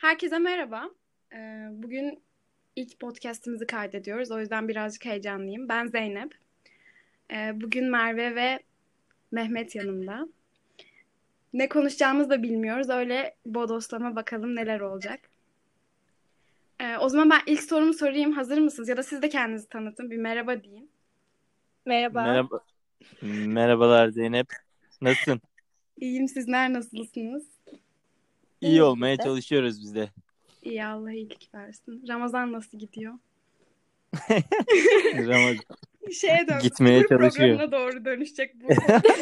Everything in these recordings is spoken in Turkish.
Herkese merhaba. Bugün ilk podcast'imizi kaydediyoruz. O yüzden birazcık heyecanlıyım. Ben Zeynep. Bugün Merve ve Mehmet yanımda. Ne konuşacağımızı da bilmiyoruz. Öyle bodoslama bakalım neler olacak. O zaman ben ilk sorumu sorayım. Hazır mısınız? Ya da siz de kendinizi tanıtın. Bir merhaba deyin. Merhaba. Merhaba, merhabalar Zeynep. Nasılsın? İyiyim. Sizler nasılsınız? İyi İyiyiz olmaya biz de. çalışıyoruz biz de. İyi, Allah iyilik versin. Ramazan nasıl gidiyor? Ramazan Şeye döndü. gitmeye Spor çalışıyor. programına doğru dönüşecek bu.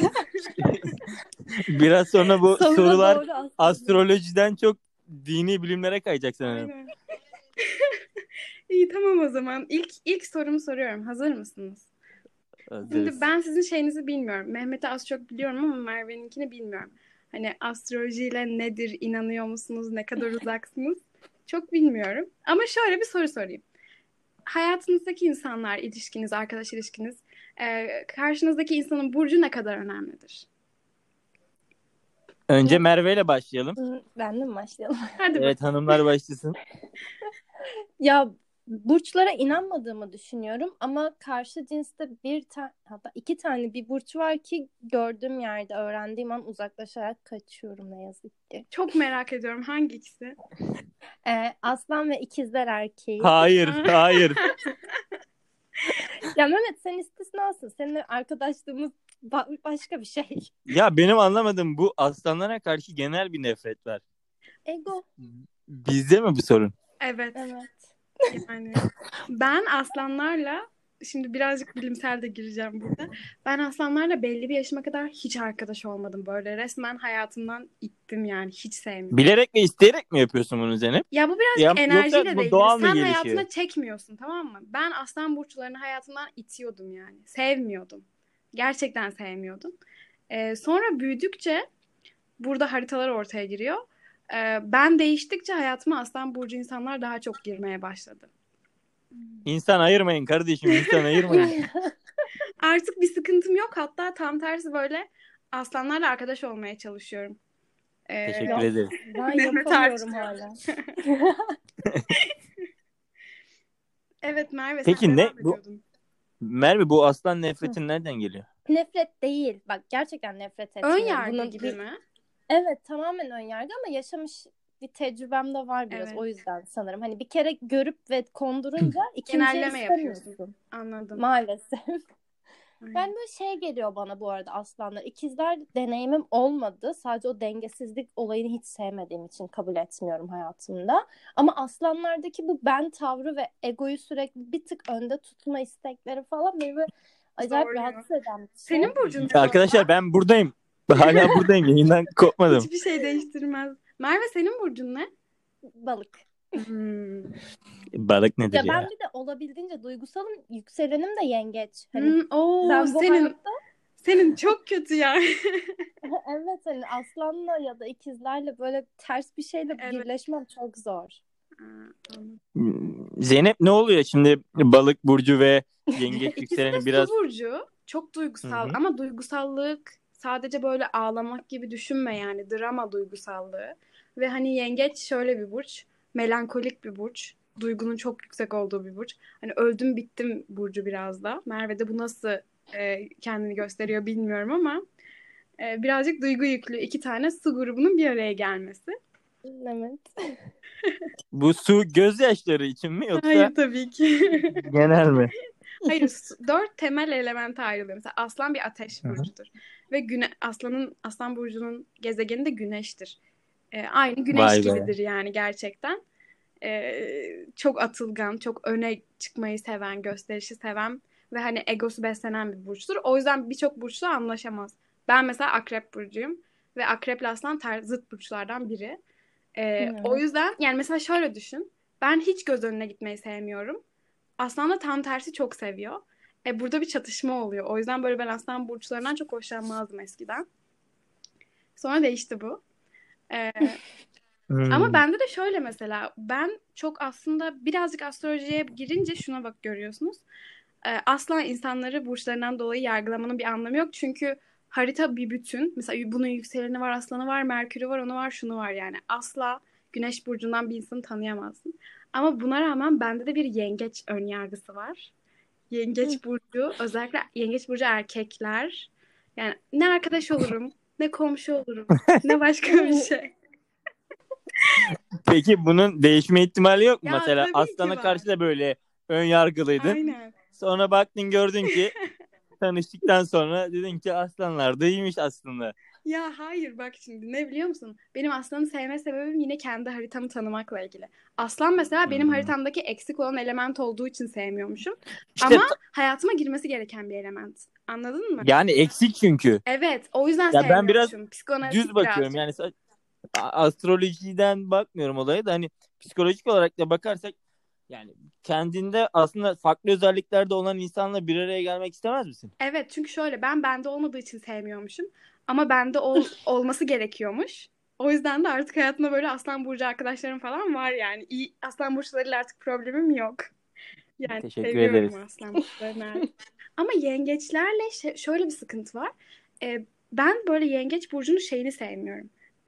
Biraz sonra bu Sonuna sorular doğru aslında. astrolojiden çok dini bilimlere kayacak sanırım. Aynen. İyi, tamam o zaman. İlk sorumu soruyorum. Hazır mısınız? Hazırız. Şimdi ben sizin şeyinizi bilmiyorum. Mehmet'i az çok biliyorum ama Merve'ninkini bilmiyorum. Hani astrolojiyle nedir, inanıyor musunuz, ne kadar uzaksınız? Çok bilmiyorum. Ama şöyle bir soru sorayım. Hayatınızdaki insanlar, ilişkiniz, arkadaş ilişkiniz, karşınızdaki insanın burcu ne kadar önemlidir? Önce Merve ile başlayalım. Ben de mi başlayalım? Hadi Evet, bakalım. hanımlar başlasın. Ya burçlara inanmadığımı düşünüyorum ama karşı cinste hatta iki tane bir burç var ki gördüğüm yerde öğrendiğim an uzaklaşarak kaçıyorum ne yazık ki. Çok merak ediyorum. Hangi ikisi? Aslan ve ikizler erkeği. Hayır. Ya Mehmet sen istisnasın. Seninle arkadaşlığımız başka bir şey. Ya benim anlamadığım bu aslanlara karşı genel bir nefret var. Ego. Bizde mi bu sorun? Evet. Evet. Yani ben aslanlarla şimdi birazcık bilimsel de gireceğim burada. Ben aslanlarla belli bir yaşıma kadar hiç arkadaş olmadım. Böyle resmen hayatımdan ittim yani. Hiç sevmiyorum. Bilerek ve isteyerek mi yapıyorsun bunu Zeynep? Ya bu birazcık enerjiyle Yoksa de bu ilgili. doğal mı Sen gelişiyor? hayatına çekmiyorsun, tamam mı? Ben aslan burçlarını hayatımdan itiyordum yani. Sevmiyordum. Gerçekten sevmiyordum. Sonra büyüdükçe burada haritalar ortaya giriyor. Ben değiştikçe hayatıma aslan burcu insanlar daha çok girmeye başladı. İnsan ayırmayın kardeşim, insan ayırmayın. Artık bir sıkıntım yok. Hatta tam tersi böyle aslanlarla arkadaş olmaya çalışıyorum. Teşekkür ederim. Ben Mehmet yapamıyorum hariç. hala. Evet Merve, Peki sen ne devam bu? ediyordun. Merve, bu aslan nefretin nereden geliyor? Nefret değil. Bak gerçekten nefret Ön etmiyorum. yargı gibi mi? Evet, tamamen ön yargı ama yaşamış bir tecrübem de var biraz. Evet. O yüzden sanırım. Hani bir kere görüp ve kondurunca ikinciyi Genelleme yapıyorsun. istemiyorsun. Anladım. Maalesef. Aynen. Ben böyle şey geliyor bana bu arada aslanlar. İkizler deneyimim olmadı. Sadece o dengesizlik olayını hiç sevmediğim için kabul etmiyorum hayatımda. Ama aslanlardaki bu ben tavrı ve egoyu sürekli bir tık önde tutma istekleri falan beni böyle acayip Zorluyor. rahatsız eden bir şey. Senin burcun ne? Ya arkadaşlar, ben buradayım. Hala buradayım. Yayından kopmadım. Hiçbir şey değiştirmez. Merve, senin burcun ne? Balık. Balık nedir Ya ben ya? bir de olabildiğince duygusalım. Yükselenim de yengeç. Hani Oo, ben bu hayatta senin çok kötü ya. evet hani aslanla ya da ikizlerle böyle ters bir şeyle Evet. birleşmem çok zor. Zeynep, ne oluyor şimdi balık burcu ve yengeç İkisi de yükseleni biraz... su burcu. Çok duygusal. Hı hı. Ama duygusallık sadece böyle ağlamak gibi düşünme yani. Drama duygusallığı. Ve hani yengeç şöyle bir burç. Melankolik bir burç. Duygunun çok yüksek olduğu bir burç. Hani öldüm bittim burcu biraz da. Merve'de bu nasıl kendini gösteriyor bilmiyorum ama birazcık duygu yüklü iki tane su grubunun bir araya gelmesi. Evet. Bu su gözyaşları için mi yoksa Hayır, tabii ki. genel mi? Hayır, dört temel elemente ayrılıyor. Mesela aslan bir ateş Hı hı. burcudur. Ve aslan burcunun gezegeni de güneştir. Aynı güneş Vay be. gibidir yani gerçekten. Çok atılgan, çok öne çıkmayı seven, gösterişi seven ve hani egosu beslenen bir burçtur. O yüzden birçok burçla anlaşamaz. Ben mesela akrep burcuyum ve akreple aslan zıt burçlardan biri. O yüzden yani mesela şöyle düşün. Ben hiç göz önüne gitmeyi sevmiyorum. Aslan da tam tersi çok seviyor. Burada bir çatışma oluyor. O yüzden böyle ben aslan burçlarından çok hoşlanmazdım eskiden. Sonra değişti bu. Ama bende de şöyle mesela ben çok aslında birazcık astrolojiye girince şuna bak görüyorsunuz. Asla insanları burçlarından dolayı yargılamanın bir anlamı yok. Çünkü harita bir bütün. Mesela bunun yükseleni var, aslanı var, merkürü var, onu var, şunu var yani. Asla Güneş burcundan bir insanı tanıyamazsın. Ama buna rağmen bende de bir yengeç önyargısı var. Yengeç burcu, özellikle yengeç burcu erkekler. Yani ne arkadaş olurum, ne komşu olurum, ne başka bir şey. Peki bunun değişme ihtimali yok mu? Ya Mesela tabii ki aslana var. karşı da böyle ön yargılıydın. Aynen. Sonra baktın gördün ki tanıştıktan sonra dedin ki aslanlar da iyiymiş aslında. Ya hayır bak şimdi ne biliyor musun? Benim aslanı sevme sebebim yine kendi haritamı tanımakla ilgili. Aslan mesela benim haritamdaki eksik olan element olduğu için sevmiyormuşum. İşte Ama hayatıma girmesi gereken bir element. Anladın mı? yani eksik çünkü. Evet, o yüzden Ya ben biraz sevmiyormuşum. Psikanalitik düz bakıyorum. birazcık. Yani astrolojiden bakmıyorum olaya da hani psikolojik olarak da bakarsak yani kendinde aslında farklı özelliklerde olan insanla bir araya gelmek istemez misin? Evet, çünkü şöyle ben bende olmadığı için sevmiyormuşum. Ama bende olması gerekiyormuş. O yüzden de artık hayatımda böyle aslan burcu arkadaşlarım falan var yani. İyi aslan burçlarıyla artık problemim yok. Yani Teşekkür ederiz. seviyorum aslan burçlarını. Ama yengeçlerle şöyle bir sıkıntı var. Ben böyle yengeç burcunun şeyini sevmiyorum.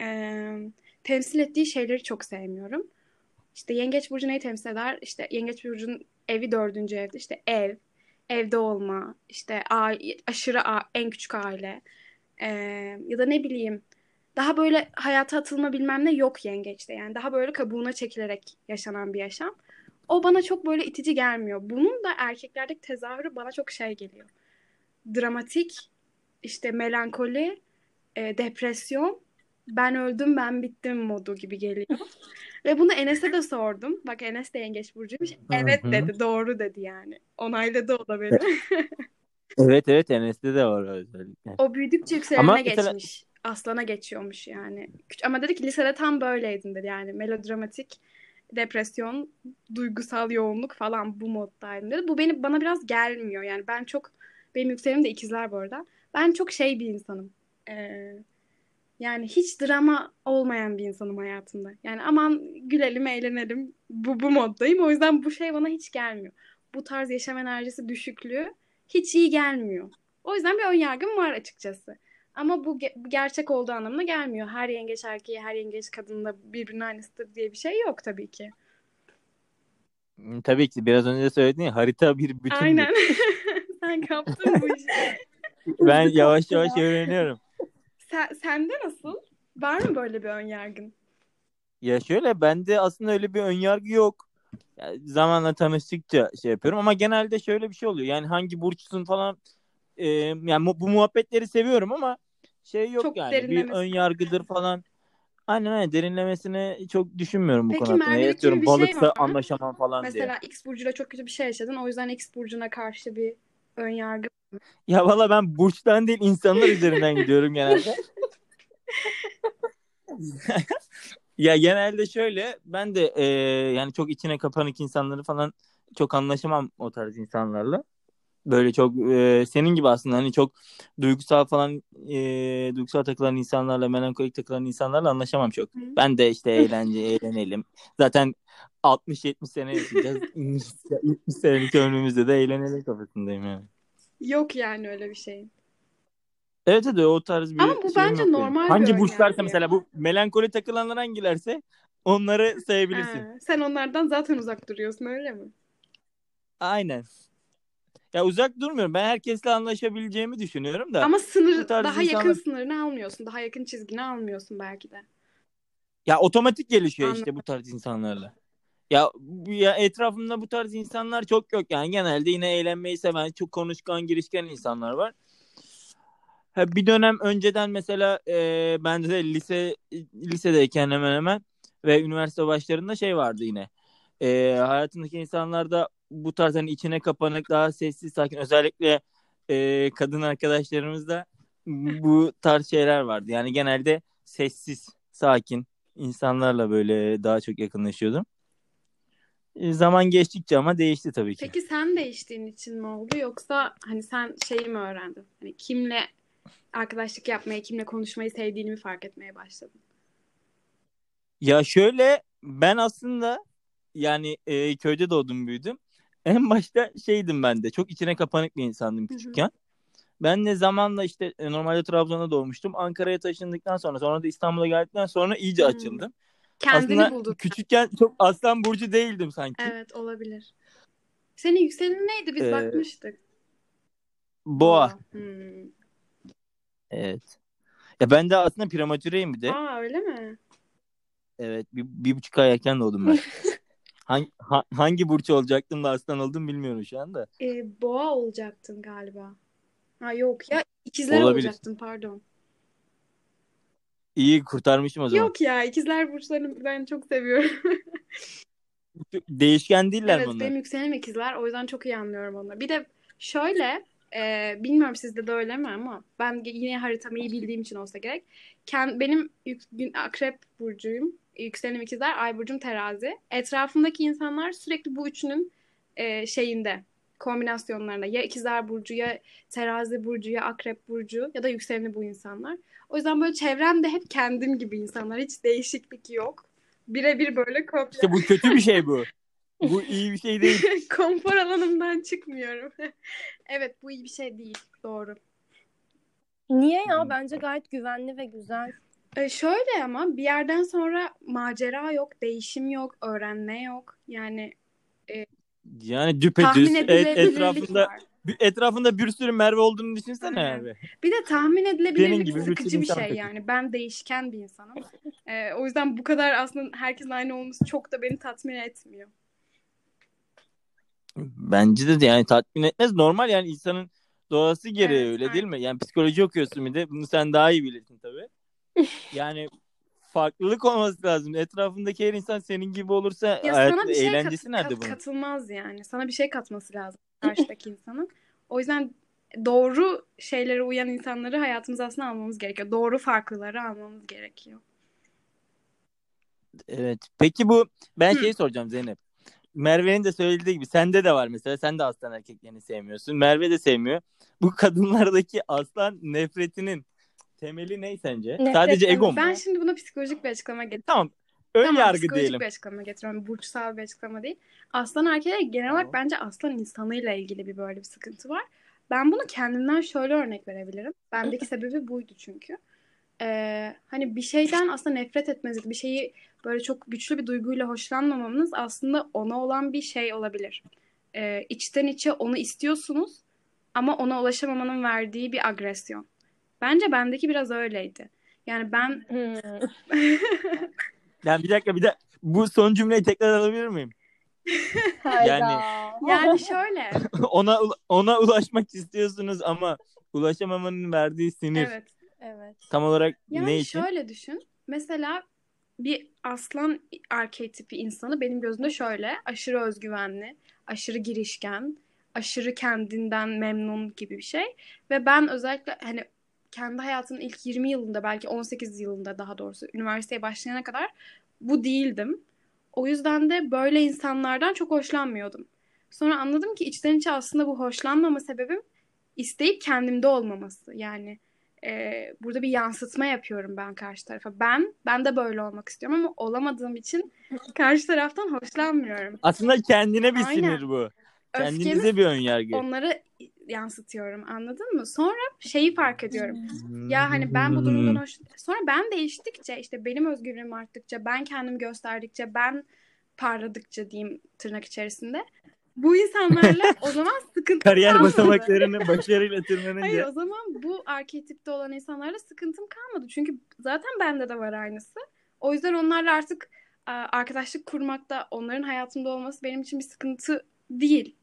Temsil ettiği şeyleri çok sevmiyorum. İşte yengeç burcu neyi temsil eder? İşte yengeç burcunun evi 4. evde. İşte evde olma, işte aşırı en küçük aile. Ee, Ya da ne bileyim daha böyle hayata atılma bilmem ne yok yengeçte. Yani daha böyle kabuğuna çekilerek yaşanan bir yaşam. O bana çok böyle itici gelmiyor. Bunun da erkeklerdeki tezahürü bana çok şey geliyor. Dramatik, işte melankoli, depresyon, ben öldüm ben bittim modu gibi geliyor. Ve bunu Enes'e de sordum. Bak Enes de yengeç burcuymuş. Evet Hı. dedi, doğru dedi yani. Onayladı o da beni. Evet, Enes'te de var özellikle. O büyüdükçe Ama yükselene mesela geçmiş. Aslana geçiyormuş yani. Ama dedi ki lisede tam böyleydin dedi yani. Melodramatik, depresyon, duygusal yoğunluk falan bu moddaydım dedi. Bu bana biraz gelmiyor yani. Benim yükselenim de ikizler bu arada. Ben çok şey bir insanım. Yani hiç drama olmayan bir insanım hayatımda. Yani aman gülelim, eğlenelim. Bu moddayım. O yüzden bu şey bana hiç gelmiyor. Bu tarz yaşam enerjisi düşüklüğü hiç iyi gelmiyor. O yüzden bir önyargım var açıkçası. Ama bu gerçek olduğu anlamına gelmiyor. Her yengeç erkeği, her yengeç kadınla birbirinin aynısıdır diye bir şey yok tabii ki. tabii ki biraz önce de söyledin ya harita bir bütündür. Aynen. Sen kaptın bu işi. Ben Hızlı yavaş kaptı yavaş ya. öğreniyorum. Sende nasıl? Var mı böyle bir önyargın? Ya şöyle bende aslında öyle bir önyargı yok. Yani zamanla tanıştıkça şey yapıyorum ama genelde şöyle bir şey oluyor. Yani hangi burçsun falan yani bu muhabbetleri seviyorum ama şey yok Çok yani bir ön derinlemesi. yargıdır falan. Aynen derinlemesini çok düşünmüyorum bu konu Peki hakkında. Ya Merve'lik gibi diyorum bir şey var balıksa mı? anlaşamam falan diye. Mesela X burcuyla çok kötü bir şey yaşadın. O yüzden X burcuna karşı bir ön yargı. Ya valla ben burçtan değil insanlar üzerinden gidiyorum genelde. Ya genelde şöyle ben de yani çok içine kapanık insanları falan çok anlaşamam o tarz insanlarla. Böyle çok senin gibi aslında hani çok duygusal falan duygusal takılan insanlarla melankolik takılan insanlarla anlaşamam çok. Hı. Ben de işte eğlenelim. Zaten 60-70 sene yaşayacağız. 70 senelik ömrümüzde de eğlenelim kafasındayım yani. Yok yani öyle bir şey. Evet, o tarz Ama bir bu şeyim bence yok benim. normal bir Hangi ön burçlarsa yargı ya. mesela bu melankoli takılanlar hangilerse onları sayabilirsin. Sen onlardan zaten uzak duruyorsun öyle mi? Aynen. Ya uzak durmuyorum. Ben herkesle anlaşabileceğimi düşünüyorum da Ama bu tarz daha yakın insanlar sınırını almıyorsun. Daha yakın çizgini almıyorsun belki de. ya otomatik gelişiyor işte bu Anladım. tarz insanlarla. Ya etrafımda bu tarz insanlar çok yok yani genelde yine eğlenmeyi seven, çok konuşkan, girişken insanlar var. Ha, bir dönem önceden mesela bende de lisedeyken hemen hemen ve üniversite başlarında şey vardı yine. Hayatındaki insanlarda bu tarz hani içine kapanık, daha sessiz, sakin özellikle kadın arkadaşlarımızda bu tarz şeyler vardı. Yani genelde sessiz, sakin insanlarla böyle daha çok yakınlaşıyordum. Zaman geçtikçe ama değişti tabii ki. Peki sen değiştiğin için mi oldu yoksa hani sen şeyi mi öğrendin? Hani kimle arkadaşlık yapmayı, kimle konuşmayı sevdiğini mi fark etmeye başladın? Ya şöyle ben aslında yani köyde doğdum büyüdüm. En başta şeydim ben de çok içine kapanık bir insandım Hı hı. küçükken. Ben de zamanla işte normalde Trabzon'da doğmuştum. Ankara'ya taşındıktan sonra da İstanbul'a geldikten sonra iyice Hmm. açıldım. Kendini Aslında buldun. küçükken çok Aslan burcu değildim sanki. Evet, olabilir. Senin yükselenin neydi? Biz Ee, bakmıştık. Boğa. Hmm. Evet. Ya ben de aslında prematüreyim bir de. Aa, öyle mi? Evet, bir buçuk ay erken doğdum ben. Hangi burç olacaktım da aslan oldum bilmiyorum şu anda. Boğa olacaktın galiba. Ha, yok ya, ikizler Olabilir. olacaktın, pardon. İyi kurtarmışım o zaman. Yok ya, ikizler burçlarını ben çok seviyorum. Değişken değiller mi Evet, onlar? benim yükselenim ikizler, o yüzden çok iyi anlıyorum onları. Bir de şöyle, bilmiyorum sizde de öyle mi ama ben yine haritamı iyi bildiğim için olsa gerek. Benim akrep burcuyum. Yükselenim ikizler, ay burcum terazi. Etrafımdaki insanlar sürekli bu üçünün şeyinde, kombinasyonlarında. Ya ikizler burcu, ya terazi burcu, ya akrep burcu, ya da yükseleni bu insanlar. O yüzden böyle çevremde hep kendim gibi insanlar. Hiç değişiklik yok. Birebir böyle kopya. İşte bu kötü bir şey bu. Bu iyi bir şey değil. Konfor alanımdan çıkmıyorum. Evet, bu iyi bir şey değil. Doğru. Niye ya? Bence gayet güvenli ve güzel. Şöyle, ama bir yerden sonra macera yok, değişim yok, öğrenme yok. Yani Yani tahmin düpedüz edilebilirlik var. etrafında bir sürü Merve olduğunu düşünsene Aynen. abi. Bir de tahmin Senin edilebilirlik gibi bir sürü sıkıcı bir insan şey taşıyor. yani. Ben değişken bir insanım. O yüzden bu kadar aslında herkesin aynı olması çok da beni tatmin etmiyor. Bence de yani tatmin etmez. Normal yani insanın doğası gereği Evet, öyle değil aynen. mi? Yani psikoloji okuyorsun bir de. Bunu sen daha iyi bilirsin tabii. Yani farklılık olması lazım. Etrafındaki her insan senin gibi olursa Ya sana hayatın bir şey eğlencesi nerede bunun? katılmaz yani. Sana bir şey katması lazım karşıdaki insanın. O yüzden doğru şeylere uyan insanları hayatımıza aslında almamız gerekiyor. Doğru farklıları almamız gerekiyor. Evet. Peki ben Hı. soracağım Zeynep. Merve'nin de söylediği gibi sende de var mesela. Sen de aslan erkeklerini sevmiyorsun. Merve de sevmiyor. Bu kadınlardaki aslan nefretinin temeli ne sence? Sadece ego mu? Ben Nefretlemesi. şimdi buna psikolojik bir açıklama getireyim. Tamam. Ön Tamam, yargı psikolojik diyelim. bir açıklama getiriyorum. Burçsal bir açıklama değil. Aslan erkeğe genel olarak Tamam. bence aslan insanıyla ilgili böyle bir sıkıntı var. Ben bunu kendimden şöyle örnek verebilirim. Bendeki sebebi buydu çünkü. Hani bir şeyden aslında nefret etmeniz, bir şeyi böyle çok güçlü bir duyguyla hoşlanmamanız aslında ona olan bir şey olabilir. İçten içe onu istiyorsunuz ama ona ulaşamamanın verdiği bir agresyon. Bence bendeki biraz öyleydi. Yani ben Yani bir dakika. Bu son cümleyi tekrar alabilir miyim? Yani yani şöyle, ona ulaşmak istiyorsunuz ama ulaşamamanın verdiği sinir evet. Evet. tam olarak ne Yani için? şöyle düşün. Mesela bir aslan arketipi insanı benim gözümde şöyle: aşırı özgüvenli, aşırı girişken, aşırı kendinden memnun gibi bir şey. Ve ben özellikle hani kendi hayatımın ilk 20 yılında, belki 18 yılında daha doğrusu, üniversiteye başlayana kadar bu değildim. O yüzden de böyle insanlardan çok hoşlanmıyordum. Sonra anladım ki içten içe aslında bu hoşlanmama sebebim isteyip kendimde olmaması. Yani burada bir yansıtma yapıyorum ben karşı tarafa. Ben de böyle olmak istiyorum ama olamadığım için karşı taraftan hoşlanmıyorum. Aslında kendine bir Aynen. sinir bu. Öfkemi Kendinize bir ön yargı. onları yansıtıyorum, anladın mı? Sonra şeyi fark ediyorum. Ya hani ben bu durumdan sonra ben değiştikçe, işte benim özgürlüğüm arttıkça, ben kendimi gösterdikçe, ben parladıkça diyeyim tırnak içerisinde, bu insanlarla o zaman sıkıntım Kariyer kalmadı. basamaklarını başarıyla Hayır, tırmanınca. o zaman bu arketipte olan insanlarla sıkıntım kalmadı. Çünkü zaten bende de var aynısı. O yüzden onlarla artık arkadaşlık kurmakta, onların hayatımda olması benim için bir sıkıntı değil.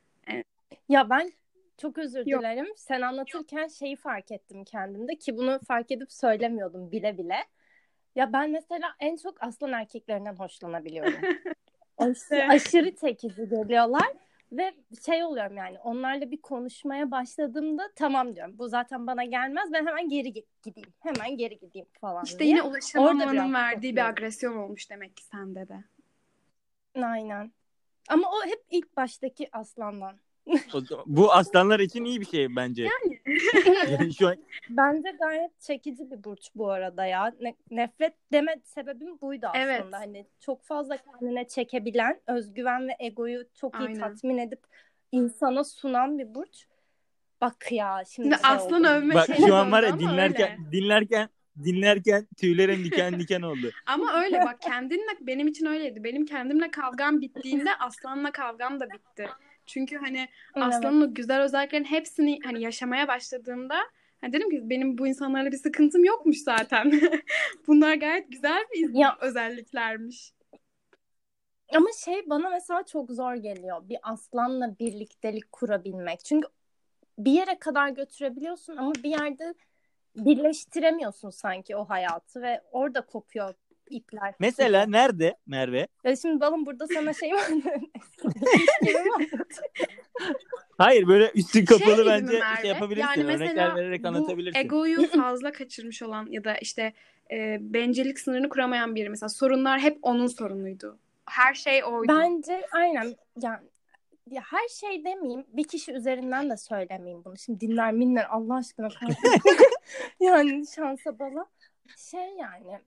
Ya ben çok özür Yok. dilerim. Sen anlatırken şeyi fark ettim kendimde ki bunu fark edip söylemiyordum bile bile. Ya ben mesela en çok aslan erkeklerinden hoşlanabiliyorum. Aşırı çekici geliyorlar ve şey oluyorum, yani onlarla bir konuşmaya başladığımda tamam diyorum. Bu zaten bana gelmez. Ben hemen geri gideyim. Hemen geri gideyim falan İşte diye. yine Orada ulaşamamanın biraz verdiği bir kopuyorum. agresyon olmuş demek ki sende de. Aynen. Ama o hep ilk baştaki aslandan. Bu aslanlar için iyi bir şey bence. Yani. Yani şu an Bence gayet çekici bir burç bu arada ya. Nefret deme sebebim buydu aslında. Evet. Hani çok fazla kendine çekebilen, özgüven ve egoyu çok iyi Aynen. tatmin edip insana sunan bir burç. Bak ya şimdi Şimdi şey aslan oldum. övme bak şeyine şu an var döndü ya ama öyle. dinlerken dinlerken tüylerim diken diken oldu. Ama öyle bak, kendinle, benim için öyleydi. Benim kendimle kavgam bittiğinde aslanla kavgam da bitti. Çünkü hani Evet. aslanın o güzel özelliklerin hepsini hani yaşamaya başladığımda hani dedim ki benim bu insanlarla bir sıkıntım yokmuş zaten. Bunlar gayet güzel bir Ya özelliklermiş. ama bana mesela çok zor geliyor. Bir aslanla birliktelik kurabilmek. Çünkü bir yere kadar götürebiliyorsun ama bir yerde birleştiremiyorsun sanki o hayatı ve orada kopuyor ipler Mesela gibi. nerede Merve? Ya şimdi balım burada sana mi ilişkimi mi anlatayım? Hayır, böyle üstü kapalı Şey gibi mi bence Merve? yapabilirsin. Yani Örnekler mesela vererek bu anlatabilirsin. egoyu fazla kaçırmış olan ya da işte bencillik sınırını kuramayan biri, mesela sorunlar hep onun sorunuydu. Her şey oydu. Bence aynen yani ya her şey demeyeyim, bir kişi üzerinden de söylemeyeyim bunu. Şimdi dinler Allah aşkına kanka. Yani şansa bala. Yani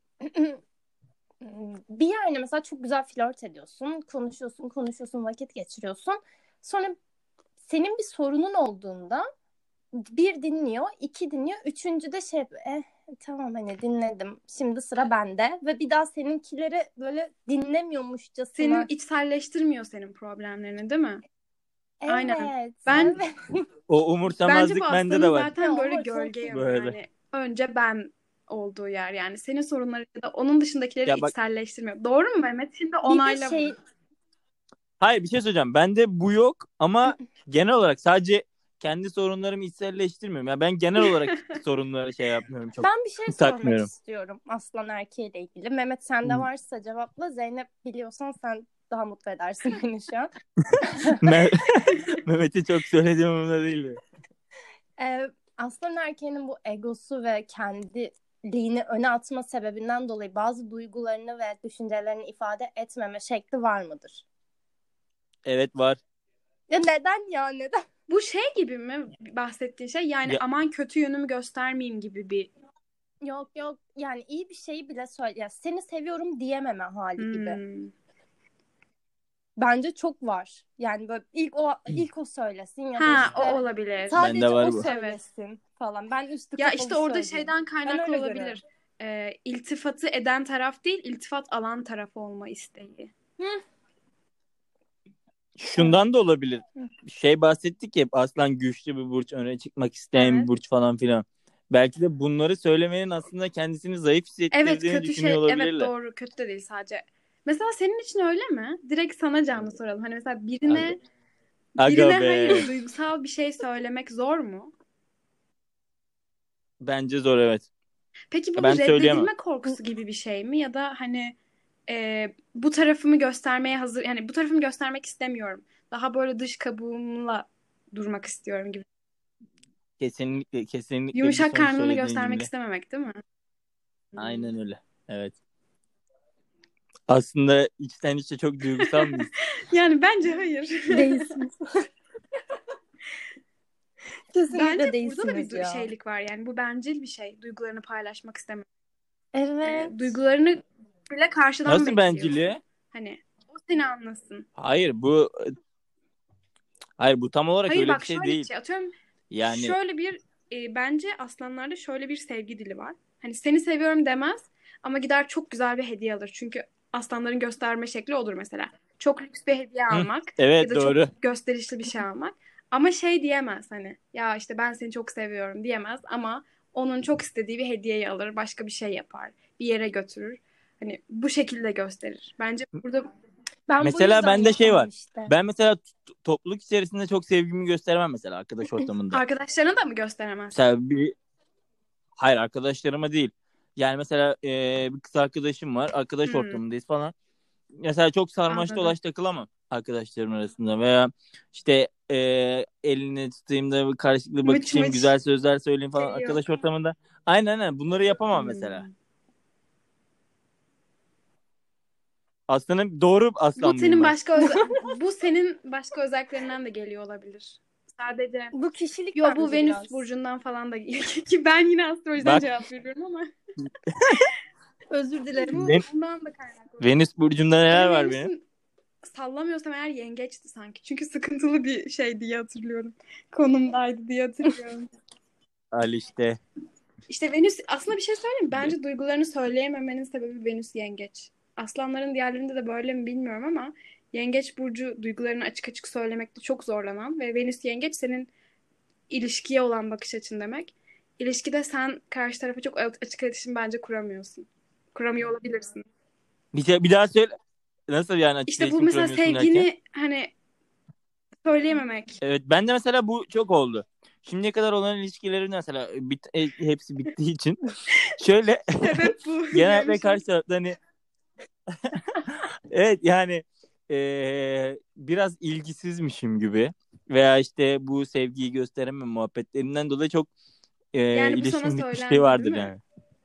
bir yerde mesela çok güzel flört ediyorsun, konuşuyorsun, vakit geçiriyorsun. Sonra senin bir sorunun olduğunda bir dinliyor, iki dinliyor, üçüncü de tamam hani dinledim. Şimdi sıra bende ve bir daha seninkileri böyle dinlemiyormuşçasına. Senin içselleştirmiyor senin problemlerini, değil mi? Aynen. Evet. Ben Evet. O bence umursamazlık bu bende aslanın de var. zaten Ya böyle ama çok gölge yanı. Böyle. Yani önce ben olduğu yer, yani senin sorunları ya da onun dışındakileri Ya bak, içselleştirmiyor. Doğru mu Mehmet? Şimdi bir de onayla bunu. hayır, bir şey söyleyeceğim. Bende bu yok ama genel olarak sadece kendi sorunlarımı içselleştirmiyorum. Ya ben genel olarak sorunları şey yapmıyorum, çok ben bir şey sormak takmıyorum. istiyorum aslan erkeğiyle ilgili. Mehmet sende varsa cevapla. Zeynep biliyorsan sen daha mutlu edersin beni şu an. Mehmet'e çok söylediğim umurumda değil mi? Aslan erkeğinin bu egosu ve kendiliğini öne atma sebebinden dolayı bazı duygularını ve düşüncelerini ifade etmeme şekli var mıdır? Evet, var. Ya neden ya neden? Bu şey gibi mi bahsettiğin şey? Yani Ya, aman kötü yönümü göstermeyeyim gibi bir. Yok yani iyi bir şeyi bile söyle. Ya seni seviyorum diyememe hali gibi. Bence çok var. Yani böyle ilk o söylesin ya da Ha, işte o olabilir. bende sadece var o bu. söylesin falan. Ben üstü Ya kapalı işte orada söyleyeyim. şeyden Ben kaynaklı öyle görüyorum. olabilir. İltifatı eden taraf değil, iltifat alan taraf olma isteği. Şundan da olabilir. Bahsettik ya, aslan güçlü bir burç, öne çıkmak isteyen Evet. bir burç falan filan. Belki de bunları söylemenin aslında kendisini zayıf Evet, hissettirdiğini kötü düşünüyor şey. Evet, olabilirler. doğru. Kötü de değil sadece. Mesela senin için öyle mi? Direkt sana canlı soralım. Hani mesela birine Aga be. hayır, duygusal bir şey söylemek zor mu? Bence zor, evet. Peki bu Ben bir söyleyemem. reddedilme korkusu gibi bir şey mi? Ya da hani bu tarafımı göstermeye hazır, yani bu tarafımı göstermek istemiyorum. Daha böyle dış kabuğumla durmak istiyorum gibi. Kesinlikle bu Yumuşak son karnını söylediğin göstermek cümle. istememek, değil mi? Aynen öyle. Evet. Aslında içten içe çok duygusal mıyız? Yani bence hayır. Değilsiniz. Kesinlikle Bence burada da değilsiniz bir ya. şeylik var, yani bu bencil bir şey. Duygularını paylaşmak istemek. Evet. Duygularını bile karşıdan Nasıl bekliyorsun. bencilliği? Hani o seni anlasın. Hayır, bu tam olarak Hayır öyle bir bak, şey şöyle bir değil. şey atıyorum. Yani Şöyle bir bence aslanlarda şöyle bir sevgi dili var. Hani seni seviyorum demez ama gider çok güzel bir hediye alır. Çünkü aslanların gösterme şekli olur mesela. Çok lüks bir hediye almak ya evet, da doğru. çok gösterişli bir şey almak. Ama şey diyemez, hani ya işte ben seni çok seviyorum diyemez ama onun çok istediği bir hediyeyi alır, başka bir şey yapar, bir yere götürür. Hani bu şekilde gösterir. Bence burada Ben bu Mesela yüzden bende şey yapamam var. işte. Ben mesela topluluk içerisinde çok sevgimi gösteremem mesela, arkadaş ortamında. arkadaşlarına da mı gösteremez? Mesela hayır, arkadaşlarıma değil. Yani mesela bir kız arkadaşım var. Arkadaş Hmm, ortamındayız falan. Mesela çok sarmaş anladım. dolaş takılamam arkadaşlarım arasında. Veya işte elini tutayım da karşılıklı Mıç bakışayım, mıç güzel sözler söyleyeyim falan geliyor. arkadaş ortamında. Aynen bunları yapamam mesela. Hmm. Doğru Bu aslan mıyım senin ben? bu senin başka özelliklerinden de geliyor olabilir. Sadece Bu kişilik bu bence Venüs biraz. burcundan falan da ki ben yine astrolojiden Bak, cevap veriyorum ama Özür dilerim. bundan da kaynaklı olabilir. Venüs burcunda neler Senin var benim? Venüs'ün, sallamıyorsam eğer, yengeçti sanki. Çünkü sıkıntılı bir şey diye hatırlıyorum. Konumdaydı diye hatırlıyorum. Al işte. İşte Venüs aslında bir şey söyleyeyim mi? Bence duygularını söyleyememenin sebebi Venüs yengeç. Aslanların diğerlerinde de böyle mi bilmiyorum ama yengeç burcu duygularını açık açık söylemekte çok zorlanan ve Venüs yengeç senin ilişkiye olan bakış açın demek. İlişkide sen karşı tarafa çok açık iletişim bence kuramıyorsun. Kuramıyor olabilirsin. Bir daha söyle. Nasıl yani açık İşte bu iletişim mesela kuramıyorsun derken? sevgini hani söyleyememek. Evet, ben de mesela bu çok oldu. Şimdiye kadar olan ilişkilerim mesela hepsi bittiği için şöyle Sebep bu. genellikle diyormuşum. karşı tarafta hani evet yani biraz ilgisizmişim gibi veya işte bu sevgiyi gösteremem muhabbetlerinden dolayı çok Yani bu sana ilişkim bitmişliği söylendi vardır değil mi? yani.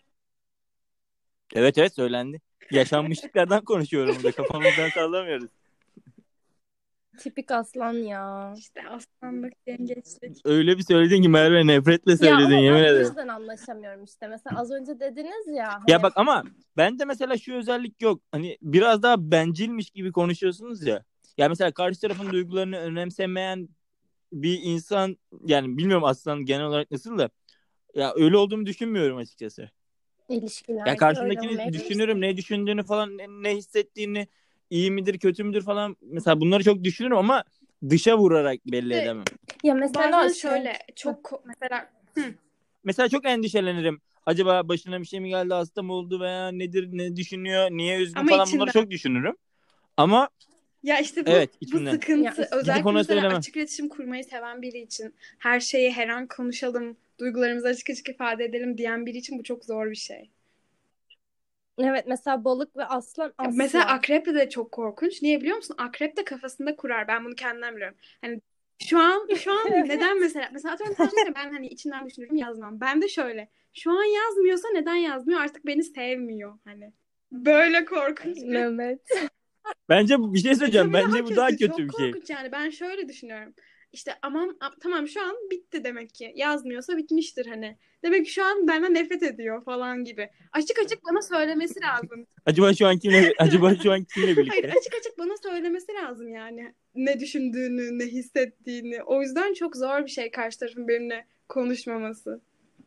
Evet evet söylendi. Yaşanmışlıklardan konuşuyorum burada. Kafamızdan sallamıyoruz. Tipik aslan ya. İşte aslanlık, yengeçlik. Öyle bir söyledin ki Merve, nefretle Ya söyledin ama yemin ben bu ederim. yüzden anlaşamıyorum işte. Mesela az önce dediniz ya Ya hani bak ama bende mesela şu özellik yok. Hani biraz daha bencilmiş gibi konuşuyorsunuz ya. Ya mesela karşı tarafın duygularını önemsemeyen bir insan, yani bilmiyorum aslan genel olarak nasıl da, ya öyle olduğumu düşünmüyorum açıkçası. Ya ilişkilerde öyle olmaya karşındakini düşünürüm, ne düşündüğünü falan, ne hissettiğini, iyi midir kötü müdür falan, mesela bunları çok düşünürüm ama dışa vurarak belli İşte edemem. Ya mesela bazen şey, şöyle çok mesela Mesela çok endişelenirim. Acaba başına bir şey mi geldi, hasta mı oldu veya nedir, ne düşünüyor, niye üzgün ama falan, bunları içinden. çok düşünürüm. Ama Ya işte evet, bu içimden. ya sıkıntı. işte Gidip Özellikle ona mesela söylemem. açık iletişim kurmayı seven biri için her şeyi her an konuşalım, duygularımızı açık açık ifade edelim diyen biri için bu çok zor bir şey. evet mesela balık ve aslan Mesela asla. akrep de çok korkunç. Niye biliyor musun? Akrep de kafasında kurar. Ben bunu kendimden biliyorum. Hani şu an neden mesela atıyorum sen diyorsun ya, ben hani içinden düşünürüm yazmam. Ben de şöyle. Şu an yazmıyorsa neden yazmıyor? Artık beni sevmiyor hani. Böyle korkunç bir. Mehmet. Bence bir şey söyleyeceğim. Tabii daha Bence bu daha kötü. kötü Çok bir şey. korkunç yani. Ben şöyle düşünüyorum. İşte aman tamam şu an bitti demek ki. Yazmıyorsa bitmiştir hani. Demek ki şu an benden nefret ediyor falan gibi. Açık açık bana söylemesi lazım. Acaba şu an kimle Hayır birlikte? açık açık bana söylemesi lazım yani. Ne düşündüğünü, ne hissettiğini. O yüzden çok zor bir şey karşı tarafın benimle konuşmaması.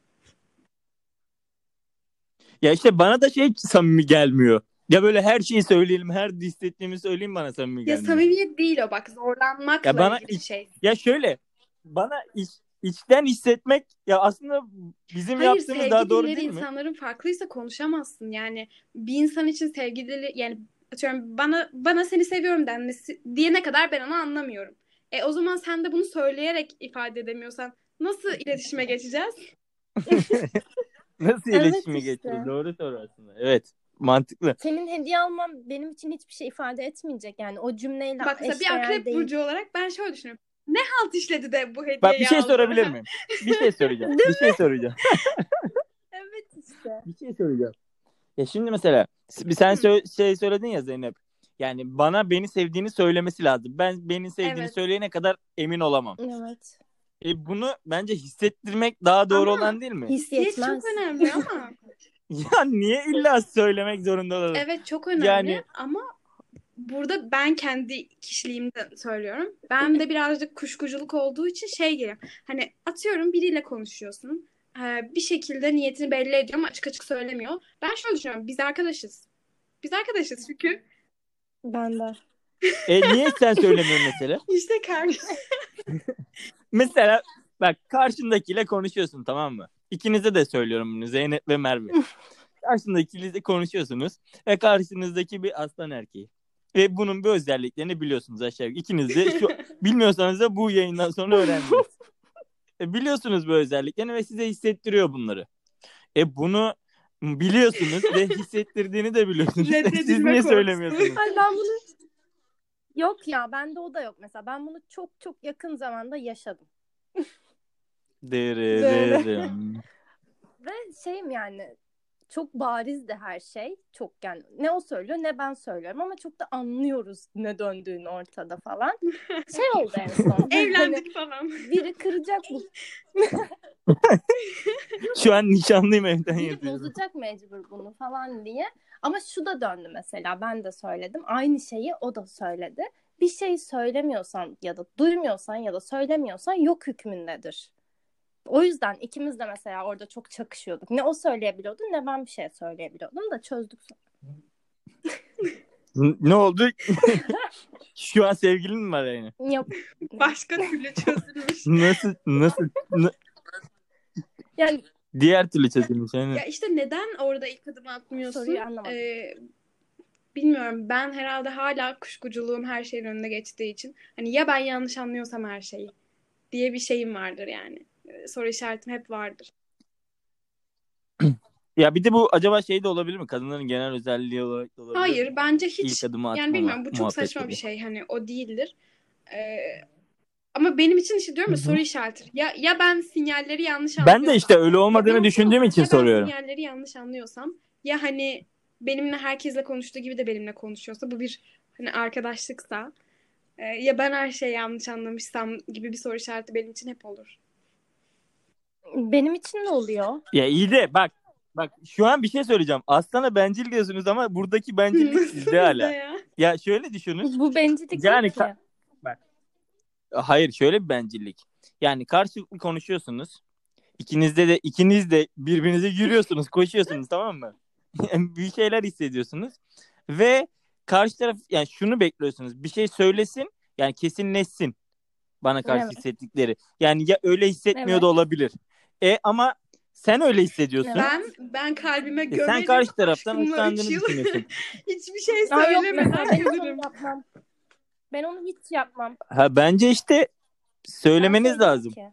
Ya işte bana da şey samimi gelmiyor. Ya böyle her şeyi söyleyelim, her hissettiğimi söyleyeyim, bana samimi Ya gelmiyor. samimiyet değil o bak Ya zorlanmakla bana ilgili bir şey. ya şöyle, bana içten hissetmek ya aslında bizim Hayır yaptığımız sevgi daha doğru dilleri değil mi? insanların farklıysa konuşamazsın. Yani bir insan için sevgi dili yani atıyorum bana seni seviyorum denmesi diyene kadar ben onu anlamıyorum. O zaman sen de bunu söyleyerek ifade edemiyorsan nasıl iletişime geçeceğiz? Nasıl Evet iletişime geçeceğiz? işte. Doğru soru aslında. Evet. Mantıklı. Senin hediye alman benim için hiçbir şey ifade etmeyecek. Yani o cümleyle Bak mesela bir eşdeğer akrep değil. burcu olarak ben şöyle düşünüyorum. Ne halt işledi de bu Bak bir hediyeyi şey aldı? sorabilir miyim? Bir şey soracağım. Bir şey soracağım. Evet işte. Bir şey soracağım. Ya şimdi mesela sen şey söyledin ya Zeynep. Yani bana beni sevdiğini söylemesi lazım. Ben beni sevdiğini Evet. söyleyene kadar emin olamam. Evet. Bunu bence hissettirmek daha doğru Ama olan değil mi? His hissiyet çok yetmez. önemli ama Ya niye illa söylemek zorunda olalım? evet çok önemli Yani ama burada ben kendi kişiliğimden söylüyorum. Ben de birazcık kuşkuculuk olduğu için şey geliyor. Hani atıyorum biriyle konuşuyorsun. Bir şekilde niyetini belli ediyor ama açık açık söylemiyor. Ben şöyle düşünüyorum. Biz arkadaşız. Biz arkadaşız çünkü Ben de. niye sen söylemiyorsun mesela? işte karşı. Mesela bak, karşındakiyle konuşuyorsun, tamam mı? İkinize de söylüyorum bunu, Zeynep ve Merve. Karşındakiyle konuşuyorsunuz ve karşınızdaki bir aslan erkeği. Ve bunun bir özelliklerini biliyorsunuz aşağı yukarı. İkiniz de şu, bilmiyorsanız da bu yayından sonra öğrendiniz. Biliyorsunuz bu özelliklerini ve size hissettiriyor bunları. Bunu biliyorsunuz ve hissettirdiğini de biliyorsunuz. Siz Reddedilme niye korkusu. söylemiyorsunuz? Ay ben bunu yok ya bende o da yok mesela. Ben bunu çok çok yakın zamanda yaşadım. Böyle. Dırırırım. Ve şeyim yani çok barizdi her şey. Çok yani ne o söylüyor ne ben söylüyorum ama çok da anlıyoruz ne döndüğünü ortada falan. Şey oldu en son. Hani Evlendik falan. biri kıracak bu. Şu an nişanlıyım, evden Biri yapıyorum. bozacak mecbur bunu falan diye. Ama şu da döndü mesela ben de söyledim. Aynı şeyi o da söyledi. Bir şey söylemiyorsan ya da duymuyorsan ya da söylemiyorsan yok hükmündedir. O yüzden ikimiz de mesela orada çok çakışıyorduk. Ne o söyleyebiliyordu ne ben bir şey söyleyebiliyordum da çözdük sonra. Ne oldu? Şu an sevgilin mi var yani? Yok. Başka türlü çözülmüş. Nasıl Yani diğer türlü çözülmüş yani. Ya işte neden orada ilk adımı atmıyorsun? soruyu anlamadım. Bilmiyorum. Ben herhalde hala kuşkuculuğum her şeyin önüne geçtiği için. Hani ya ben yanlış anlıyorsam her şeyi diye bir şeyim vardır yani. Soru işaretim hep vardır. Ya bir de bu acaba şey de olabilir mi? Kadınların genel özelliği olarak da olabilir mi? Hayır, bence İlk hiç. adımı Yani atmama bilmiyorum, bu çok saçma bir muhabbetleri. şey. Hani o değildir. Ama benim için işte diyorum ya, Hı hı. soru işareti. Ya ben sinyalleri yanlış Ben de anlıyorsam, işte öyle ya olmadığını ben düşündüğüm için ya ben soruyorum. sinyalleri yanlış anlıyorsam, ya hani benimle herkesle konuştuğu gibi de benimle konuşuyorsa, bu bir hani arkadaşlıksa, ya ben her şeyi yanlış anlamışsam gibi bir soru işareti benim için hep olur. Benim için de oluyor. Ya iyi de bak şu an bir şey söyleyeceğim. Aslan'a bencil diyorsunuz ama buradaki bencillik sizde Bizde hala. ya. Ya şöyle düşünün. Bu bencillik Yani değil ki. bak. Hayır, şöyle bir bencillik. Yani karşılıklı konuşuyorsunuz. İkiniz de birbirinize yürüyorsunuz, koşuyorsunuz, tamam mı? Yani bir şeyler hissediyorsunuz ve karşı taraf yani şunu bekliyorsunuz. Bir şey söylesin, yani kesinleşsin bana karşı Evet. hissettikleri. Yani ya öyle hissetmiyor Evet. da olabilir. Ama sen öyle hissediyorsun. Evet. Ben kalbime Sen gömerim, karşı taraftan aşkımla 3 hoşlandığını yıl düşünüyorsun. hiçbir şey Aa, yok söylemeden mesela ben hiç onu ölürüm. yapmam. Ben onu hiç yapmam. Ha, bence işte Ben söylemeniz söylemem lazım. ki.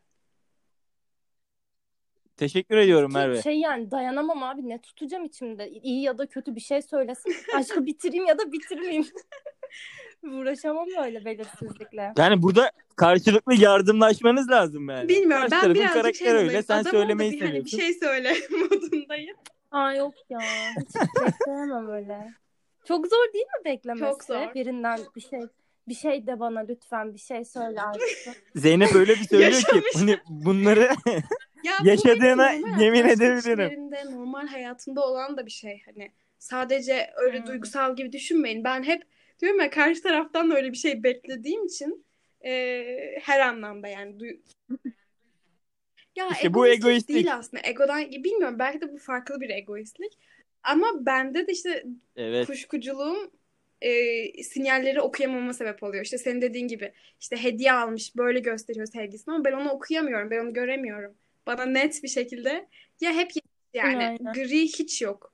Teşekkür ediyorum Ki Merve. yani dayanamam abi, ne tutacağım içimde, iyi ya da kötü bir şey söylesin. Aşkı bitireyim ya da bitirmeyeyim. Uğraşamam öyle belirsizlikle. Yani burada karşılıklı yardımlaşmanız lazım yani. Bilmiyorum, Karşı ben tarafın birazcık karakteri öyle. modundayım. Sen Adam ol da söylemeyi bir hani bir seviyorsun. şey söyle modundayım. Aa yok ya, hiç bekleyemem öyle. Çok zor değil mi beklemesi? Çok zor. Birinden bir şey de bana lütfen, bir şey söyle artık. Zeynep öyle bir söylüyor ki Yaşamış. hani bunları Ya bu benim yaşadığına normal yemin arkadaşlık edebilirim. ilişkilerinde, normal hayatımda olan da bir şey. Hani sadece öyle duygusal gibi düşünmeyin. Ben hep diyorum ya, karşı taraftan da öyle bir şey beklediğim için her anlamda yani. Ya İşte bu egoistlik egoistlik. değil aslında. Egodan bilmiyorum, belki de bu farklı bir egoistlik. Ama bende de işte Evet. kuşkuculuğum sinyalleri okuyamama sebep oluyor. İşte senin dediğin gibi, işte hediye almış, böyle gösteriyor sevgisini ama ben onu okuyamıyorum. Ben onu göremiyorum. Bana net bir şekilde ya hep yani Aynen. gri hiç yok.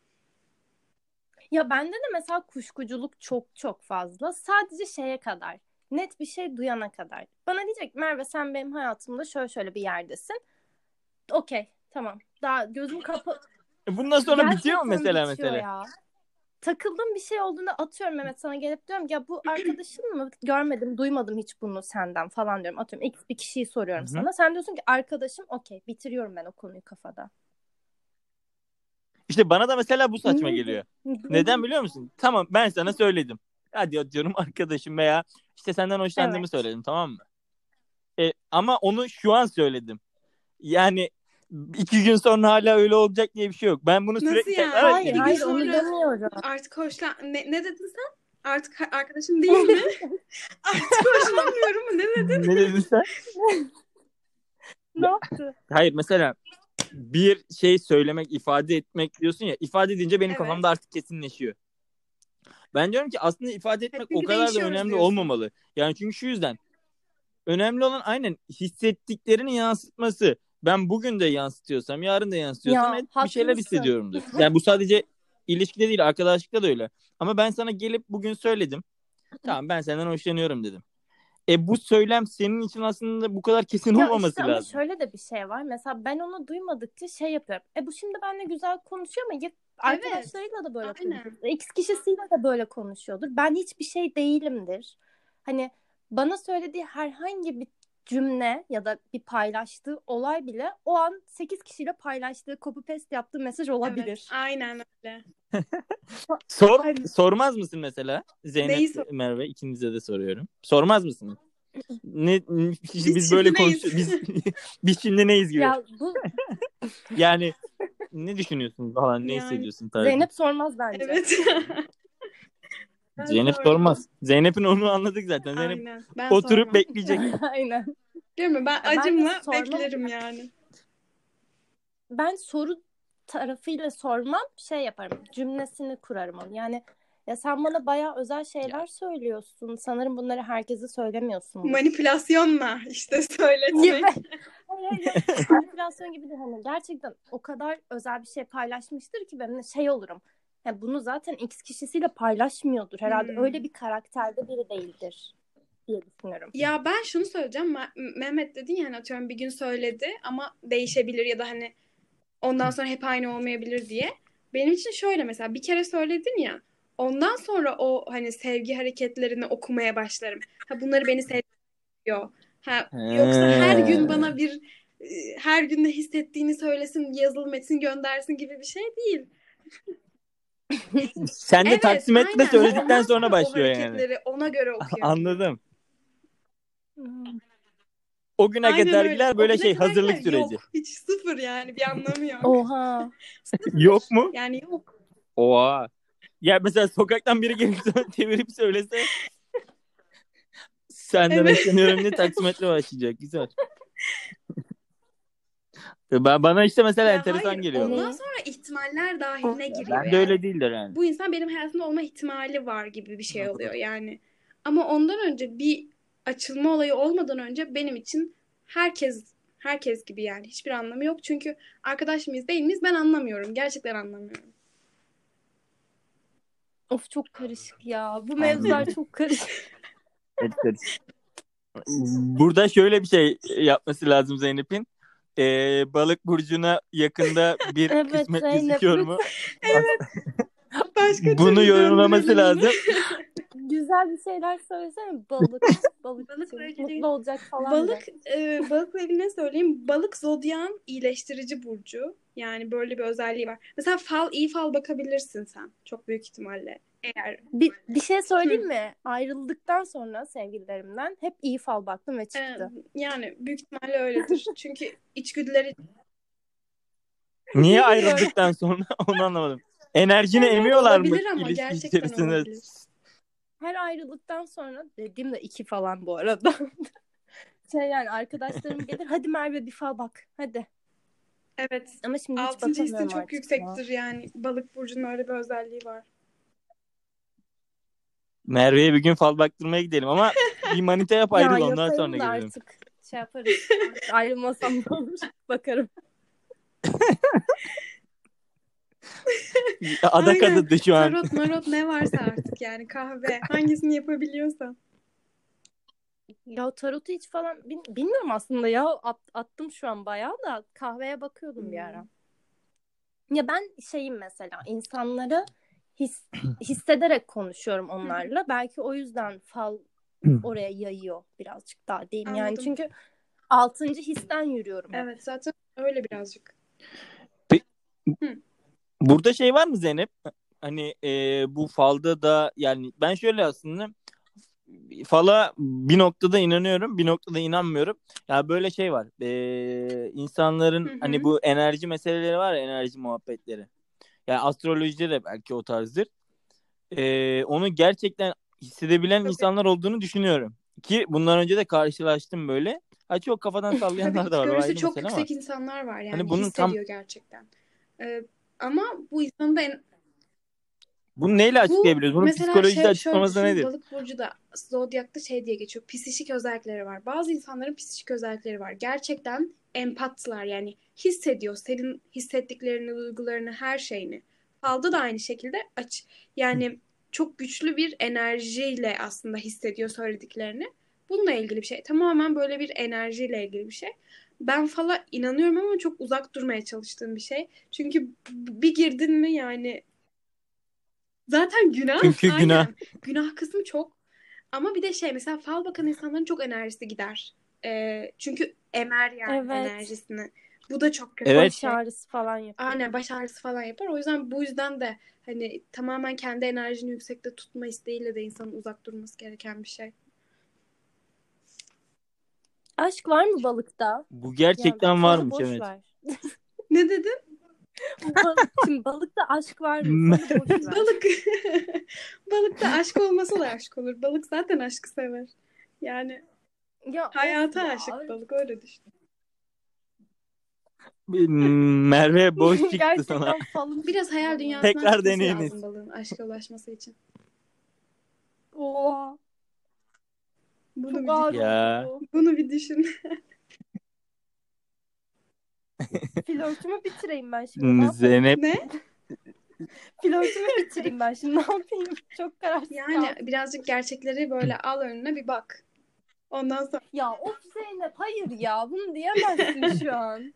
Ya bende de mesela kuşkuculuk çok çok fazla. Sadece şeye kadar. Net bir şey duyana kadar. Bana diyecek Merve, sen benim hayatımda şöyle bir yerdesin. Okey, tamam. Daha gözüm kapalı. Bundan sonra bitiyor mu Gerçekten mesela bitiyor mesele? ya. Takıldığım bir şey olduğunda atıyorum Mehmet, sana gelip diyorum ya bu arkadaşın mı? Görmedim, duymadım hiç bunu senden falan diyorum. Atıyorum X bir kişiyi soruyorum Hı-hı. sana. Sen diyorsun ki arkadaşım, okey, bitiriyorum ben o konuyu kafada. İşte bana da mesela bu saçma geliyor. Neden biliyor musun? Tamam, ben sana söyledim. Hadi atıyorum arkadaşım veya işte senden hoşlandığımı Evet. söyledim, tamam mı? Ama onu şu an söyledim. Yani 2 gün sonra hala öyle olacak diye bir şey yok. Ben bunu Nasıl sürekli yani? tekrar Hayır, etmek hayır, istiyorum. onu demiyorum. Artık ne dedin sen? Artık arkadaşım değil mi? Artık hoşlanmıyorum mu? Ne dedin? Ne dedin sen? Ne yaptı? Hayır, mesela bir şey söylemek, ifade etmek diyorsun ya. İfade edince benim Evet. kafamda artık kesinleşiyor. Ben diyorum ki aslında ifade etmek o Çünkü kadar da değişiyoruz önemli diyorsun. olmamalı. Yani çünkü şu yüzden. Önemli olan aynen hissettiklerini yansıtması. Ben bugün de yansıtıyorsam, yarın da yansıtıyorsam Ya bir şeyler haklısın. hissediyorumdur. Yani bu sadece ilişkide değil, arkadaşlıkta da öyle. Ama ben sana gelip bugün söyledim. Tamam, ben senden hoşlanıyorum dedim. Bu söylem senin için aslında bu kadar kesin Ya olmaması işte ama lazım. şöyle de bir şey var. Mesela ben onu duymadıkça şey yapıyorum. Bu şimdi benimle güzel konuşuyor ama ya arkadaşlarıyla da böyle aynen. konuşuyordur. X kişisiyle de böyle konuşuyordur. Ben hiçbir şey değilimdir. Hani bana söylediği herhangi bir cümle ya da bir paylaştığı olay bile o an 8 kişiyle paylaştığı, copy paste yaptığı mesaj olabilir. Evet, aynen öyle. Sormaz mısın mesela? Zeynep, Merve, ikinize de soruyorum. Sormaz mısın? Biz böyle konuşuyoruz. Biz şimdi neyiz gibi. Ya bu Yani ne düşünüyorsun falan, ne Yani. hissediyorsun tarzı. Zeynep sormaz bence. Evet. Zeynep sormaz. Zeynep'in onu anladık zaten. Zeynep Aynen. Ben oturup sormam. bekleyecek. Aynen. Değil mi? Ben Ya ben de acımla sormam. beklerim yani. Ben soru tarafıyla sormam, şey yaparım, cümlesini kurarım onu. Yani ya sen bana bayağı özel şeyler söylüyorsun. Sanırım bunları herkese söylemiyorsundur. Manipülasyonla işte Gibi. söyletmek. Hayır yok. Manipülasyon gibi değil. Hani gerçekten o kadar özel bir şey paylaşmıştır ki ben de şey olurum. Ya bunu zaten X kişisiyle paylaşmıyordur. Herhalde öyle bir karakterde biri değildir diye düşünüyorum. Ya ben şunu söyleyeceğim. Mehmet dedin ya hani atıyorum bir gün söyledi ama değişebilir ya da hani ondan sonra hep aynı olmayabilir diye. Benim için şöyle mesela bir kere söyledin ya ondan sonra o hani sevgi hareketlerini okumaya başlarım. Ha bunları beni seviyor. Ha yoksa her gün bana bir her gün ne hissettiğini söylesin, yazılı metin göndersin gibi bir şey değil. Sen de Evet, taksimetre aynen. söyledikten Ondan sonra o başlıyor yani. hareketleri ona göre okuyor. Anladım. O güne Aynen kadar öyle. gider O böyle güne şey kadar hazırlık gider. süreci. Yok. Hiç sıfır yani. Bir anlamı yok. Oha. Sıfır. Yok mu? Yani yok. Oha. Ya mesela sokaktan biri gelip sana çevirip söylese senden Evet. hoşlanıyorum diye taksimetre başlayacak. Güzel. Bana işte mesela Ya enteresan hayır. geliyor. Ondan sonra ihtimaller dahiline giriyor Ben de yani. öyle değildir yani. Bu insan benim hayatımda olma ihtimali var gibi bir şey oluyor yani. Ama ondan önce bir açılma olayı olmadan önce benim için herkes gibi yani. Hiçbir anlamı yok. Çünkü arkadaş mıyız değil miyiz ben anlamıyorum. Gerçekten anlamıyorum. Of çok karışık ya. Bu mevzular çok karışık. Evet. Burada şöyle bir şey yapması lazım Zeynep'in. Balık burcuna yakında bir Evet kısmet Zeynep. gözüküyor mu? Evet. Başka Bunu türlü yorumlaması döndürelim bunu. lazım. Güzel bir şeyler söylesene. Balık Balıkla için. ilgili Mutlu olacak falan de. balıkla ilgili ne söyleyeyim? Balık zodyan iyileştirici burcu. Yani böyle bir özelliği var. Mesela iyi fal bakabilirsin sen. Çok büyük ihtimalle. Eğer Bir şey söyleyeyim mi? Ayrıldıktan sonra sevgililerimden hep iyi fal baktım ve çıktı. yani büyük ihtimalle öyledir. Çünkü içgüdüleri Niye Bilmiyorum. ayrıldıktan sonra onu anlamadım. Enerjini evet, emiyorlar mı olabilir ama ilişki gerçekten içerisinde? olabilir. Her ayrıldıktan sonra dediğim de 2 falan bu arada. Yani arkadaşlarım gelir hadi Merve bir fal bak hadi. Evet. Ama şimdi hiç Altıncı hissi bakamıyorum çok artık ya. yüksektir yani. Balık burcunun öyle bir özelliği var. Merve'ye bir gün fal baktırmaya gidelim ama bir manita yap ayrıl Ya ondan sonra yapayım da gelelim. artık şey yaparız. Ayrılmasam ne olur bakarım. Adak Aynen. adadı şu an. Tarot marot ne varsa artık yani kahve. Hangisini yapabiliyorsan. Ya tarotu hiç falan bilmiyorum aslında ya attım şu an bayağı da kahveye bakıyordum bir ara. Ya ben şeyim mesela insanları hissederek konuşuyorum onlarla. Belki o yüzden fal oraya yayıyor birazcık daha diyeyim. Yani Anladım. çünkü 6. histen yürüyorum hep. Evet zaten öyle birazcık. Burada şey var mı Zeynep? Hani bu falda da yani ben şöyle aslında fala bir noktada inanıyorum, bir noktada inanmıyorum. Ya böyle şey var. İnsanların hani bu enerji meseleleri var ya, enerji muhabbetleri. Yani astrolojide de belki o tarzdır. Onu gerçekten hissedebilen Tabii. insanlar olduğunu düşünüyorum. Ki bundan önce de karşılaştım böyle. Ha, çok kafadan sallayanlar Tabii da var. O psikolojisi ayrı çok mesele ama. yüksek insanlar var yani Hani bunun hissediyor gerçekten. Ama bu insanın da bunu neyle bu açıklayabiliriz? Bunun mesela psikolojide şöyle açıklaması düşün nedir? balık burcu da zodyakta şey diye geçiyor. Psişik özellikleri var. Bazı insanların psişik özellikleri var. Gerçekten empatlar yani hissediyor. Senin hissettiklerini, duygularını, her şeyini. Falda da aynı şekilde yani çok güçlü bir enerjiyle aslında hissediyor söylediklerini. Bununla ilgili bir şey. Tamamen böyle bir enerjiyle ilgili bir şey. Ben fala inanıyorum ama çok uzak durmaya çalıştığım bir şey. Çünkü bir girdin mi yani zaten günah. Çünkü günah. Aynen. Günah kısmı çok. Ama bir de şey mesela fal bakan insanların çok enerjisi gider. Çünkü emer yani Evet. enerjisini. Bu da çok kötü Evet. bir şey. Baş ağrısı falan yapıyor. Aynen baş ağrısı falan yapar. O yüzden bu yüzden de hani tamamen kendi enerjini yüksekte tutma isteğiyle de insanın uzak durması gereken bir şey. Aşk var mı balıkta? Bu gerçekten falı varmış boş evet. ver. Ne dedin? Şimdi balıkta aşk var mı? Falı boş ver. Balıkta aşk olmasa da aşk olur. Balık zaten aşkı sever. Yani Ya Hayata of ya. aşık balık, öyle düşün. Merve boş çıktı sana. Gerçekten falım Biraz çıktı hayal bana. dünyasından Tekrar çıkması deneyiniz. lazım balığın aşka ulaşması için. Oha. Bunu Çok bir, ağır Ya. oldu. bunu bir düşün. Flörtümü bitireyim ben şimdi. Ne yapayım? Zeynep Ne? Flörtümü bitireyim ben şimdi. Ne yapayım? Çok kararsız Yani kaldım. birazcık gerçekleri böyle al önüne bir bak. Ondan sonra Ya of Zeynep, hayır ya. Bunu diyemezsin şu an.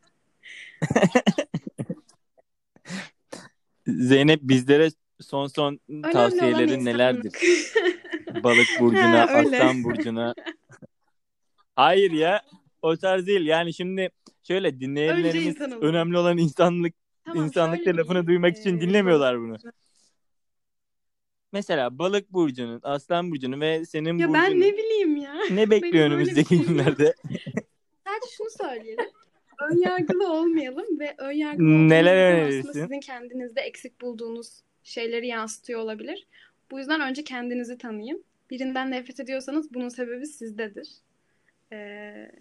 Zeynep bizlere son önemli olan tavsiyelerin nelerdir? insanlık. Balık burcuna, Ha, öyle. aslan burcuna. Hayır ya, o tarz değil. Yani şimdi şöyle Önce dinleyenlerimiz insan olalım. önemli olan Tamam, insanlıkta şöyle lafını diyeyim. duymak için dinlemiyorlar Balık bunu. burcu. Mesela balık burcunun, aslan burcunun ve senin Ya ben burcunun ne bileyim ya. ne bekliyor Benim öyle bir önümüzdeki şeyim yok. günlerde? Sadece şunu söyleyelim. Önyargılı olmayalım ve önyargılı Neler olduğunuz zaman aslında önerirsin? sizin kendinizde eksik bulduğunuz şeyleri yansıtıyor olabilir. Bu yüzden önce kendinizi tanıyın. Birinden nefret ediyorsanız bunun sebebi sizdedir. Ee,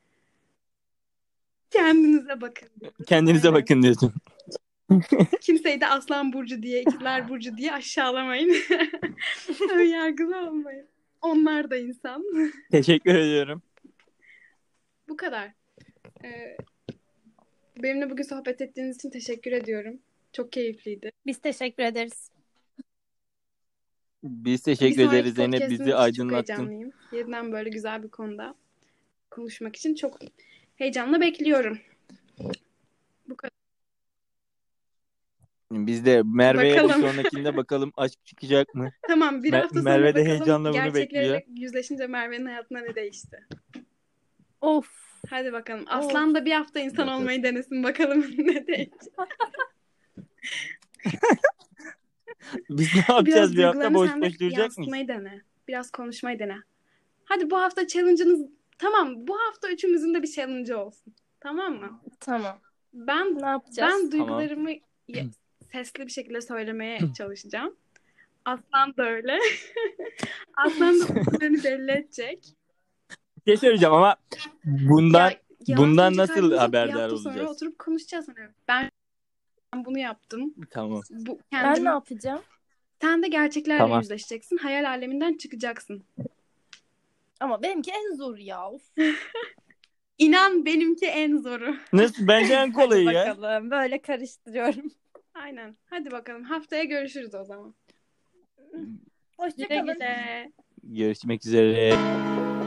kendinize bakın diyoruz. Kendinize Aynen. bakın diyorsun. Kimseyi de Aslan Burcu diye, İkizler Burcu diye aşağılamayın. Önyargılı olmayın. Onlar da insan. Teşekkür ediyorum. Bu kadar. Benimle bugün sohbet ettiğiniz için teşekkür ediyorum. Çok keyifliydi. Biz teşekkür ederiz. Biz Bir teşekkür sonraki ederiz Zeynep, podcast'imiz bizi için çok aydınlattın. heyecanlıyım. Yeniden böyle güzel bir konuda konuşmak için çok heyecanla bekliyorum. Bu kadar. Biz de Merve'ye bir Bakalım. sonrakinde bakalım aşk çıkacak mı? Tamam, bir hafta sonra Merve de bakalım heyecanla bunu bekliyor. gerçekleriyle yüzleşince Merve'nin hayatında ne değişti. Of. Hadi bakalım. Aslan da bir hafta insan Bakalım. olmayı denesin bakalım ne değişti. Biz ne yapacağız Biraz bir hafta, duygularını boş sen de boş duracak mıyız? yansıtmayı dene. Biraz konuşmayı dene. Hadi bu hafta challenge'ınız, tamam, bu hafta üçümüzün de bir challenge'ı olsun. Tamam mı? Tamam. Ben Ne yapacağız? Ben duygularımı sesli bir şekilde söylemeye çalışacağım. Aslan da öyle. Aslan da duygularını belli edecek. Bir şey söyleyeceğim ama bundan yalan bundan söyleyecek nasıl halimiz yok. Bir haberdar hafta sonra olacağız? oturup konuşacağız. Hani ben bunu yaptım. Tamam. Ben ne yapacağım? Sen de gerçeklerle Tamam. yüzleşeceksin. Hayal aleminden çıkacaksın. Ama benimki en zor ya. Of. İnan benimki en zoru. Nasıl? Bence en kolayı Hadi ya. bakalım. Böyle karıştırıyorum. Aynen. Hadi bakalım. Haftaya görüşürüz o zaman. Güle Hoşçakalın. güle. Görüşmek üzere.